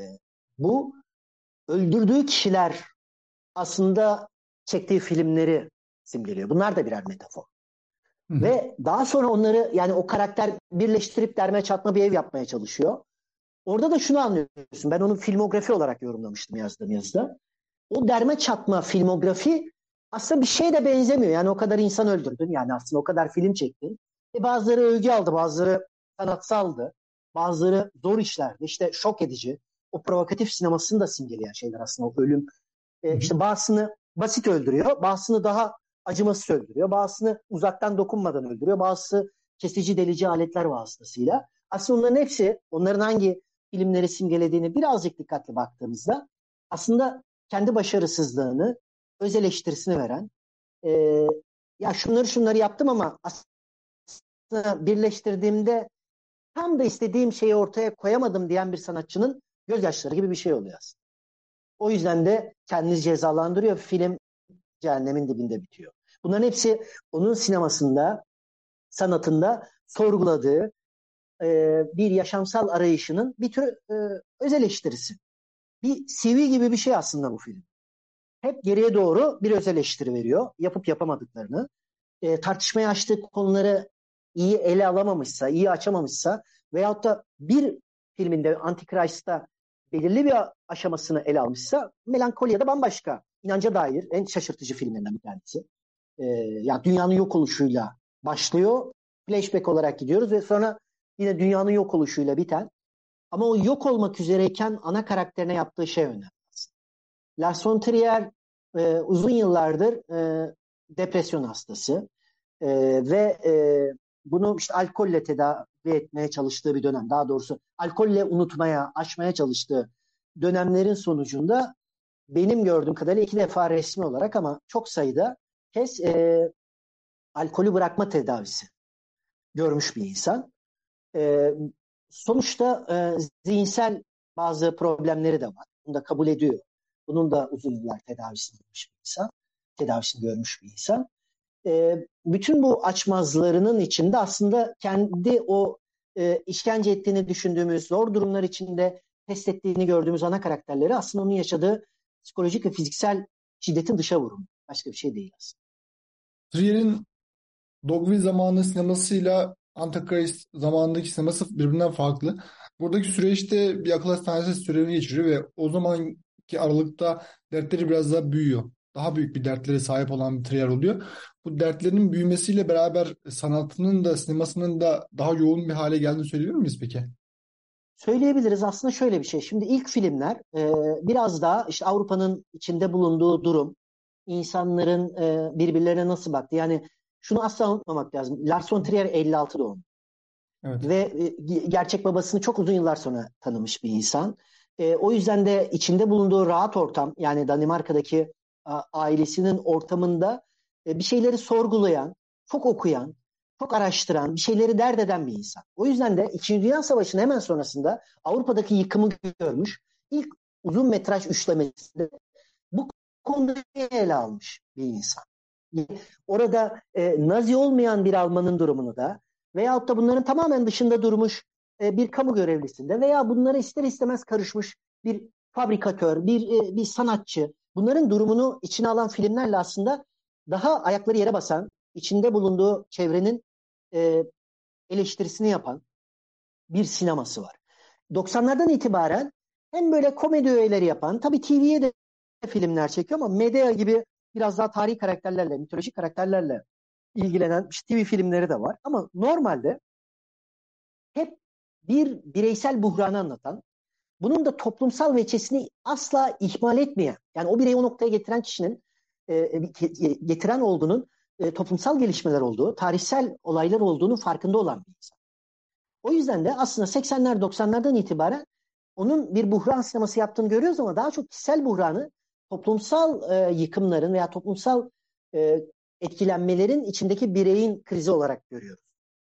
bu öldürdüğü kişiler aslında çektiği filmleri simgeliyor. Bunlar da birer metafor. Hı hı. Ve daha sonra onları yani o karakter birleştirip derme çatma bir ev yapmaya çalışıyor. Orada da şunu anlıyorsun. Ben onu filmografi olarak yorumlamıştım yazdığım yazıda. O derme çatma filmografi aslında bir şeye de benzemiyor. Yani o kadar insan öldürdün. Yani aslında o kadar film çektin. E bazıları övgü aldı, bazıları sanatsaldı. Bazıları zor işlerdi. İşte şok edici. O provokatif sinemasını da simgeleyen şeyler aslında o ölüm. Hı E, hı. işte bazısını basit öldürüyor, bazısını daha acımasız öldürüyor, bazısını uzaktan dokunmadan öldürüyor, bazısı kesici delici aletler vasıtasıyla. Aslında onların hepsi, onların hangi filmleri simgelediğini birazcık dikkatli baktığımızda aslında kendi başarısızlığını, öz eleştirisini veren, e, ya şunları şunları yaptım ama aslında birleştirdiğimde tam da istediğim şeyi ortaya koyamadım diyen bir sanatçının gözyaşları gibi bir şey oluyor aslında. O yüzden de kendini cezalandırıyor. Film cehennemin dibinde bitiyor. Bunların hepsi onun sinemasında, sanatında sorguladığı e, bir yaşamsal arayışının bir tür e, öz eleştirisi. Bir C V gibi bir şey aslında bu film. Hep geriye doğru bir öz eleştiri veriyor. Yapıp yapamadıklarını. E, tartışmaya açtığı konuları iyi ele alamamışsa, iyi açamamışsa veyahut da bir filminde Antichrist'ta belirli bir aşamasını ele almışsa Melankolia'da bambaşka. İnanca dair en şaşırtıcı filmlerinden bir tanesi. E, yani dünyanın yok oluşuyla başlıyor. Flashback olarak gidiyoruz ve sonra yine dünyanın yok oluşuyla biten. Ama o yok olmak üzereyken ana karakterine yaptığı şey önemli. Lars von Trier e, uzun yıllardır e, depresyon hastası. E, ve e, bunu işte alkolle tedavi etmeye çalıştığı bir dönem. Daha doğrusu alkolle unutmaya, aşmaya çalıştığı dönemlerin sonucunda benim gördüğüm kadarıyla iki defa resmi olarak ama çok sayıda kez e, alkolü bırakma tedavisi görmüş bir insan. E, sonuçta e, zihinsel bazı problemleri de var. Bunu da kabul ediyor. Bunun da uzun yıllar tedavisini görmüş bir insan. Tedavisini görmüş bir insan. E, bütün bu açmazlarının içinde aslında kendi o e, işkence ettiğini düşündüğümüz, zor durumlar içinde test ettiğini gördüğümüz ana karakterleri aslında onun yaşadığı psikolojik ve fiziksel şiddetin dışa vurumu. Başka bir şey değil aslında. Trier'in Dogville zamanı sinemasıyla Antichrist zamanındaki sineması birbirinden farklı. Buradaki süreçte bir akıl hastanesi sürevi geçiriyor ve o zamanki aralıkta dertleri biraz daha büyüyor. Daha büyük bir dertlere sahip olan bir Trier oluyor. Bu dertlerin büyümesiyle beraber sanatının da sinemasının da daha yoğun bir hale geldiğini söyleyebilir miyiz peki? Söyleyebiliriz aslında şöyle bir şey. Şimdi ilk filmler e, biraz daha işte Avrupa'nın içinde bulunduğu durum, insanların e, birbirlerine nasıl baktı. Yani şunu asla unutmamak lazım. Lars von Trier elli altı doğumlu Evet. ve e, gerçek babasını çok uzun yıllar sonra tanımış bir insan. E, o yüzden de içinde bulunduğu rahat ortam, yani Danimarka'daki a, ailesinin ortamında e, bir şeyleri sorgulayan, çok okuyan, çok araştıran, bir şeyleri dert eden bir insan. O yüzden de İkinci Dünya Savaşı'nın hemen sonrasında Avrupa'daki yıkımı görmüş. İlk uzun metraj üçlemesinde bu konuyu ele almış bir insan. Orada e, Nazi olmayan bir Almanın durumunu da veyahut da bunların tamamen dışında durmuş e, bir kamu görevlisinde veya bunlara ister istemez karışmış bir fabrikatör, bir e, bir sanatçı, bunların durumunu içine alan filmlerle aslında daha ayakları yere basan, içinde bulunduğu çevrenin e, eleştirisini yapan bir sineması var. doksanlardan itibaren hem böyle komedi öğeleri yapan, tabii T V'ye de filmler çekiyor ama Medea gibi biraz daha tarihi karakterlerle, mitolojik karakterlerle ilgilenen işte T V filmleri de var. Ama normalde hep bir bireysel buhranı anlatan, bunun da toplumsal veçesini asla ihmal etmeyen, yani o bireyi o noktaya getiren kişinin, e, getiren olduğunun e, toplumsal gelişmeler olduğu, tarihsel olaylar olduğunu farkında olan bir insan. O yüzden de aslında seksenler doksanlardan itibaren onun bir buhran sineması yaptığını görüyoruz ama daha çok kişisel buhranı toplumsal e, yıkımların veya toplumsal e, etkilenmelerin içindeki bireyin krizi olarak görüyoruz.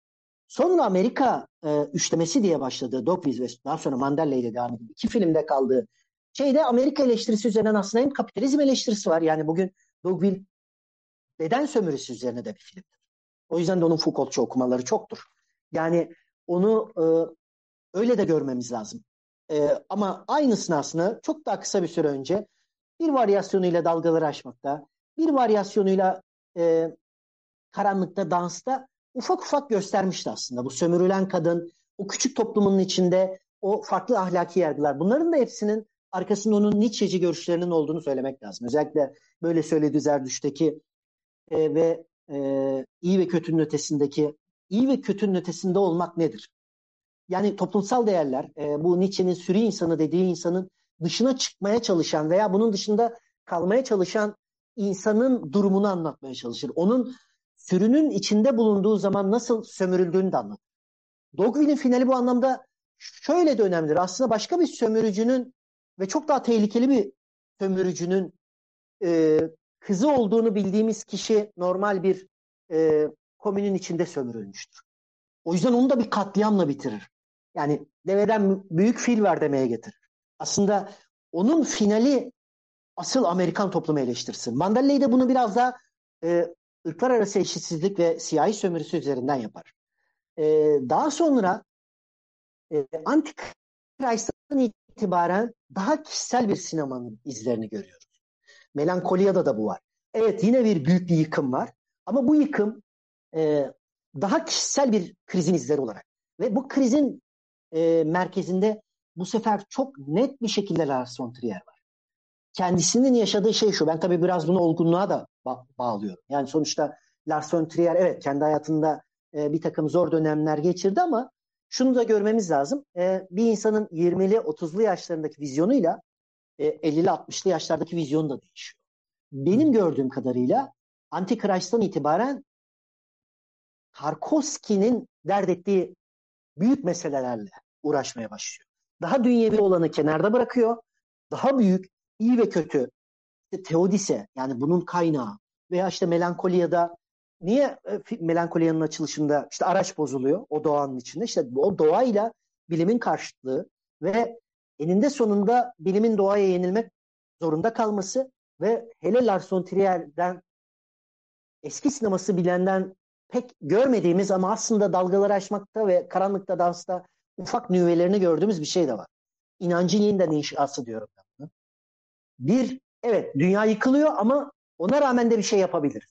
Sonra Amerika e, üçlemesi diye başladığı Dogville ve daha sonra Mandela ile devam ediyor. İki filmde kaldığı şeyde Amerika eleştirisi üzerinden aslında hem kapitalizm eleştirisi var. Yani bugün Dogville beden sömürüsü üzerine de bir filmdir. O yüzden de onun Foucault'çu okumaları çoktur. Yani onu e, öyle de görmemiz lazım. E, ama aynısını aslında çok daha kısa bir süre önce bir varyasyonuyla dalgaları aşmakta, bir varyasyonuyla e, karanlıkta, dansta ufak ufak göstermişti aslında. Bu sömürülen kadın, o küçük toplumun içinde o farklı ahlaki yargılar. Bunların da hepsinin arkasında onun Nietzsche'ci görüşlerinin olduğunu söylemek lazım. Özellikle böyle söylediği Zerdüşt'teki e, ve e, iyi ve kötünün ötesindeki, iyi ve kötünün ötesinde olmak nedir? Yani toplumsal değerler, e, bu Nietzsche'nin sürü insanı dediği insanın dışına çıkmaya çalışan veya bunun dışında kalmaya çalışan insanın durumunu anlatmaya çalışır. Onun sürünün içinde bulunduğu zaman nasıl sömürüldüğünü de anlatır. Dogville'in finali bu anlamda şöyle de önemlidir. Aslında başka bir sömürücünün ve çok daha tehlikeli bir sömürücünün e, kızı olduğunu bildiğimiz kişi normal bir e, komünün içinde sömürülmüştür. O yüzden onu da bir katliamla bitirir. Yani deveden büyük fil var demeye getirir. Aslında onun finali asıl Amerikan toplumu eleştirisi. Mandela de bunu biraz da e, ırklar arası eşitsizlik ve siyahi sömürüsü üzerinden yapar. E, daha sonra e, Antichrist'tan itibaren daha kişisel bir sinemanın izlerini görüyoruz. Melankoliya'da da bu var. Evet, yine bir büyük bir yıkım var. Ama bu yıkım e, daha kişisel bir krizin izleri olarak. Ve bu krizin e, merkezinde bu sefer çok net bir şekilde Lars von Trier var. Kendisinin yaşadığı şey şu. Ben tabii biraz bunu olgunluğa da ba- bağlıyorum. Yani sonuçta Lars von Trier evet kendi hayatında e, bir takım zor dönemler geçirdi ama şunu da görmemiz lazım. E, bir insanın yirmili otuzlu yaşlarındaki vizyonuyla e, ellili altmışlı yaşlardaki vizyonu da değişiyor. Benim gördüğüm kadarıyla Antichrist'tan itibaren Tarkovski'nin dert ettiği büyük meselelerle uğraşmaya başlıyor. Daha dünyevi olanı kenarda bırakıyor. Daha büyük, iyi ve kötü, işte Teodise yani bunun kaynağı veya işte Melankoliya'da niye e, Melankoliya'nın açılışında işte araç bozuluyor o doğanın içinde. İşte o doğayla bilimin karşıtlığı ve eninde sonunda bilimin doğaya yenilmek zorunda kalması ve hele Lars von Trier'den eski sineması bilenden pek görmediğimiz ama aslında dalgaları aşmakta ve karanlıkta dansta ufak nüvelerini gördüğümüz bir şey de var. İnancın yeniden inşası diyorum ben. Bir, evet dünya yıkılıyor ama ona rağmen de bir şey yapabiliriz.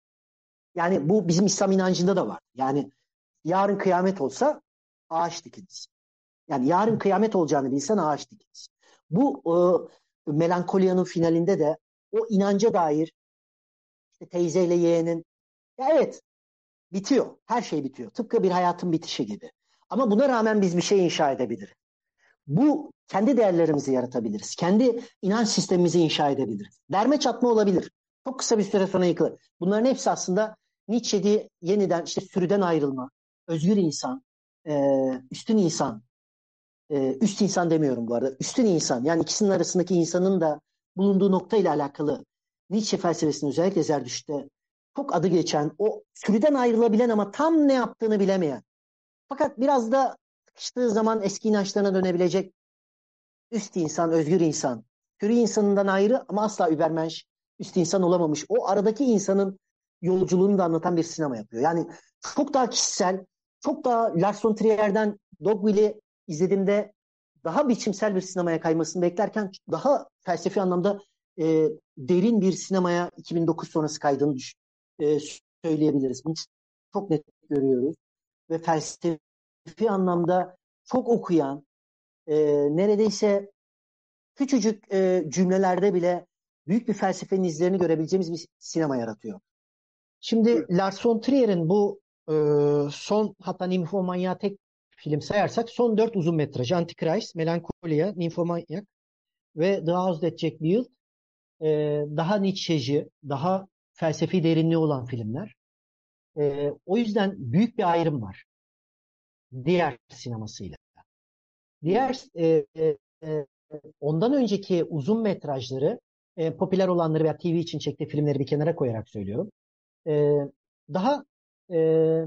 Yani bu bizim İslam inancında da var. Yani yarın kıyamet olsa ağaç dikiniz. Yani yarın kıyamet olacağını bilsen ağaç dikiniz. Bu e, Melankolia'nın finalinde de o inanca dair işte teyzeyle yeğenin ya evet bitiyor. Her şey bitiyor. Tıpkı bir hayatın bitişi gibi. Ama buna rağmen biz bir şey inşa edebiliriz. Bu kendi değerlerimizi yaratabiliriz. Kendi inanç sistemimizi inşa edebiliriz. Derme çatma olabilir. Çok kısa bir süre sonra yıkılır. Bunların hepsi aslında Nietzsche'de yeniden işte sürüden ayrılma, özgür insan, e, üstün insan, e, üst insan demiyorum bu arada, üstün insan yani ikisinin arasındaki insanın da bulunduğu nokta ile alakalı Nietzsche felsefesinin özellikle Zerdüşt'te çok adı geçen o sürüden ayrılabilen ama tam ne yaptığını bilemeyen fakat biraz da sıkıştığı zaman eski inançlarına dönebilecek üst insan, özgür insan. Sürü insanından ayrı ama asla übermensch, üst insan olamamış. O aradaki insanın yolculuğunu da anlatan bir sinema yapıyor. Yani çok daha kişisel, çok daha Lars von Trier'den Dogville'i izlediğimde daha biçimsel bir sinemaya kaymasını beklerken daha felsefi anlamda e, derin bir sinemaya iki bin dokuz sonrası kaydığını düş- e, söyleyebiliriz. Bunu çok net görüyoruz. Ve felsefi anlamda çok okuyan, e, neredeyse küçücük e, cümlelerde bile büyük bir felsefenin izlerini görebileceğimiz bir sinema yaratıyor. Şimdi Lars von Trier'in bu e, son hatta Nymphomania tek film sayarsak son dört uzun metrajı Antichrist, Melancholia, Nymphomaniac ve The House That Jack Built e, daha Nietzsche'ci, daha felsefi derinliği olan filmler. E, o yüzden büyük bir ayrım var diğer sinemasıyla. Diğer e, e, e, ondan önceki uzun metrajları e, popüler olanları veya T V için çektiği filmleri bir kenara koyarak söylüyorum. E, daha e,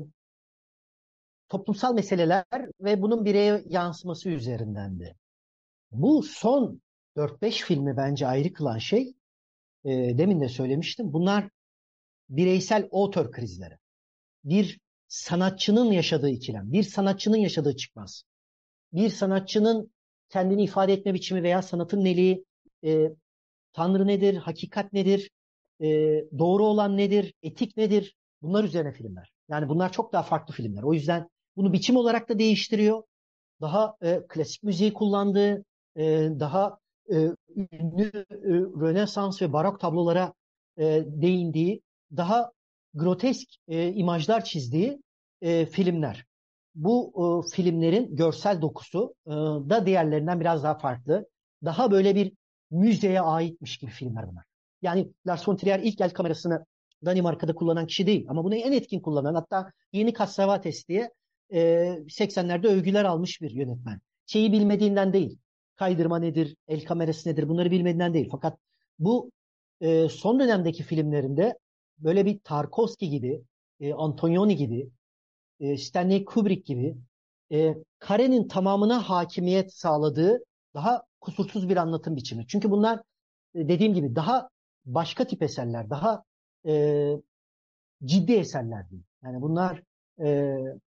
toplumsal meseleler ve bunun bireye yansıması üzerindendi. Bu son dört beş filmi bence ayrı kılan şey e, demin de söylemiştim. Bunlar bireysel otör krizleri. Bir sanatçının yaşadığı ikilem, bir sanatçının yaşadığı çıkmaz. Bir sanatçının kendini ifade etme biçimi veya sanatın neliği, e, Tanrı nedir, hakikat nedir, e, doğru olan nedir, etik nedir? Bunlar üzerine filmler. Yani bunlar çok daha farklı filmler. O yüzden bunu biçim olarak da değiştiriyor. Daha e, klasik müziği kullandığı, e, daha e, ünlü e, Rönesans ve Barok tablolara e, değindiği, daha grotesk e, imajlar çizdiği e, filmler. Bu e, filmlerin görsel dokusu e, da diğerlerinden biraz daha farklı. Daha böyle bir müzeye aitmiş gibi filmler bunlar. Yani Lars von Trier ilk el kamerasını Danimarka'da kullanan kişi değil ama bunu en etkin kullanan hatta yeni Cassavetes diye e, seksenlerde övgüler almış bir yönetmen. Şeyi bilmediğinden değil. Kaydırma nedir, el kamerası nedir bunları bilmediğinden değil. Fakat bu e, son dönemdeki filmlerinde böyle bir Tarkovski gibi, e, Antonioni gibi, e, Stanley Kubrick gibi e, karenin tamamına hakimiyet sağladığı daha kusursuz bir anlatım biçimi. Çünkü bunlar e, dediğim gibi daha başka tip eserler, daha e, ciddi eserler değil. Yani bunlar e,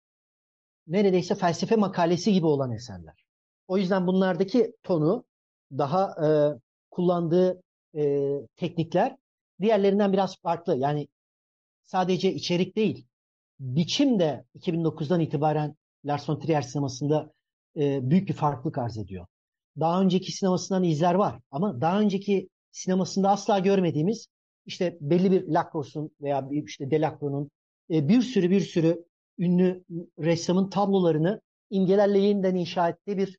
neredeyse felsefe makalesi gibi olan eserler. O yüzden bunlardaki tonu daha e, kullandığı e, teknikler diğerlerinden biraz farklı. Yani sadece içerik değil, biçim de iki bin dokuzdan itibaren Lars von Trier sinemasında e, büyük bir farklılık arz ediyor. Daha önceki sinemasından izler var ama daha önceki sinemasında asla görmediğimiz işte belli bir Lacros'un veya bir işte Delacroix'un e, bir sürü bir sürü ünlü ressamın tablolarını imgelerle yeniden inşa ettiği bir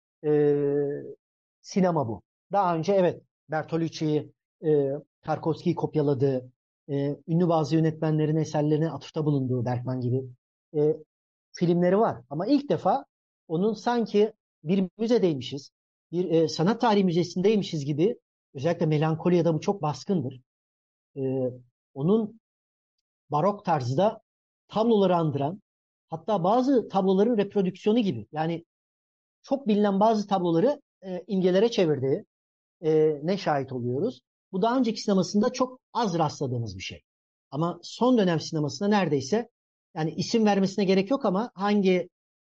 e, sinema bu. Daha önce evet Bertolucci'yi, e, Tarkovski'yi kopyaladığı, e, ünlü bazı yönetmenlerin eserlerine atıfta bulunduğu Bergman gibi e, filmleri var. Ama ilk defa onun sanki bir müzedeymişiz, bir e, sanat tarihi müzesindeymişiz gibi, özellikle Melankolia'da bu çok baskındır. E, Onun barok tarzda tabloları andıran, hatta bazı tabloların reprodüksiyonu gibi. Yani çok bilinen bazı tabloları e, imgelere çevirdiği e, ne şahit oluyoruz. Bu daha önceki sinemasında çok az rastladığımız bir şey. Ama son dönem sinemasında neredeyse, yani isim vermesine gerek yok ama hangi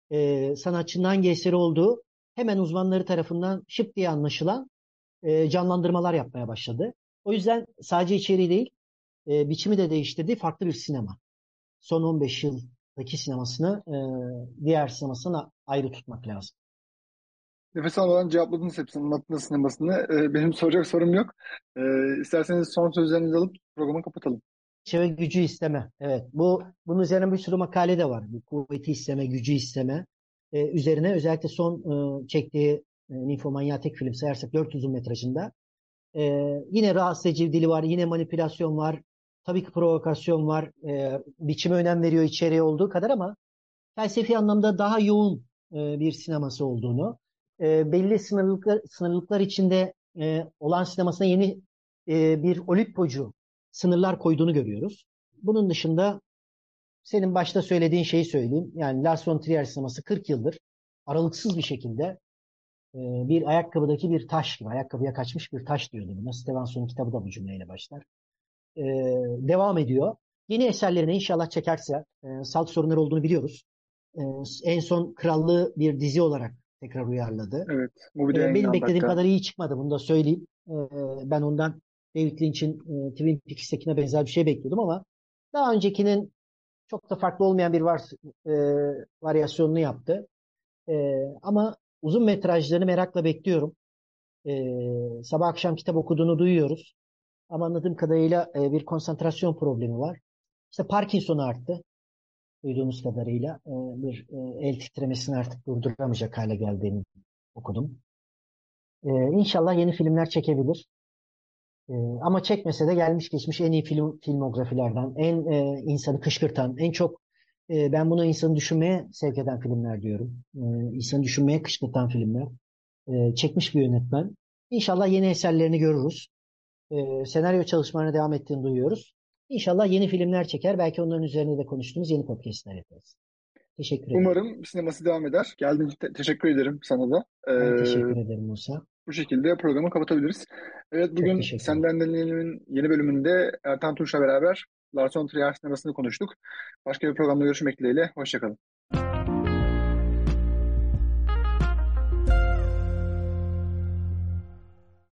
e, sanatçının hangi eseri olduğu hemen uzmanları tarafından şıp diye anlaşılan e, canlandırmalar yapmaya başladı. O yüzden sadece içeriği değil, e, biçimi de değiştirdiği farklı bir sinema. Son on beş yıldaki sinemasını e, diğer sinemasına ayrı tutmak lazım. Nefes almadan cevapladınız hepsini, anlattınız sinemasını. Ee, benim soracak sorum yok. Ee, isterseniz son sözlerinizi alıp programı kapatalım. Ve gücü isteme. Evet. Bu bunun üzerine bir sürü makale de var. Bu kuvveti isteme, gücü isteme. Ee, üzerine özellikle son e, çektiği e, Nymphomaniac film sayarsak dört uzun metrajında. E, Yine rahatsız edici bir dili var. Yine manipülasyon var. Tabii ki provokasyon var. E, biçime önem veriyor içeriği olduğu kadar ama felsefi anlamda daha yoğun e, bir sineması olduğunu, e, belli sınırlılıklar, sınırlılıklar içinde e, olan sinemasına yeni e, bir Olimpocu sınırlar koyduğunu görüyoruz. Bunun dışında senin başta söylediğin şeyi söyleyeyim. Yani Lars von Trier sineması kırk yıldır aralıksız bir şekilde e, bir ayakkabıdaki bir taş gibi, ayakkabıya kaçmış bir taş diyordu buna. Stevenson'un kitabı da bu cümleyle başlar. E, Devam ediyor. Yeni eserlerini inşallah çekerse, e, sağlık sorunları olduğunu biliyoruz. E, En son Krallığı bir dizi olarak tekrar uyarladı. Evet, Mubi'de E, Benim yayınlandı beklediğim hatta. kadar iyi çıkmadı. Bunu da söyleyeyim. E, Ben ondan David Lynch'in e, Twin Peaks'tekine benzer bir şey bekliyordum ama daha öncekinin çok da farklı olmayan bir var, e, varyasyonunu yaptı. E, ama uzun metrajlarını merakla bekliyorum. E, sabah akşam kitap okuduğunu duyuyoruz. Ama anladığım kadarıyla e, bir konsantrasyon problemi var. İşte Parkinson arttı. Duyduğumuz kadarıyla e, bir e, el titremesini artık durduramayacak hale geldiğini okudum. E, İnşallah yeni filmler çekebilir. E, Ama çekmese de gelmiş geçmiş en iyi film filmografilerden, en e, insanı kışkırtan, en çok e, ben bunu insanı düşünmeye sevk eden filmler diyorum. E, insanı düşünmeye kışkırtan filmler. E, çekmiş bir yönetmen. İnşallah yeni eserlerini görürüz. E, senaryo çalışmalarına devam ettiğini duyuyoruz. İnşallah yeni filmler çeker. Belki onların üzerine de konuştuğumuz yeni podcastler yaparız. Teşekkür ederim. Umarım sineması devam eder. Geldiğin için te- teşekkür ederim sana da. Ben Ee, teşekkür ederim Musa. bu şekilde programı kapatabiliriz. Evet, Çok bugün teşekkür ederim. Senden Dinleyenim'in yeni bölümünde Ertan Tunç'la beraber Lars von Trier sinemasını konuştuk. Başka bir programda görüşmek dileğiyle. Hoşça kalın.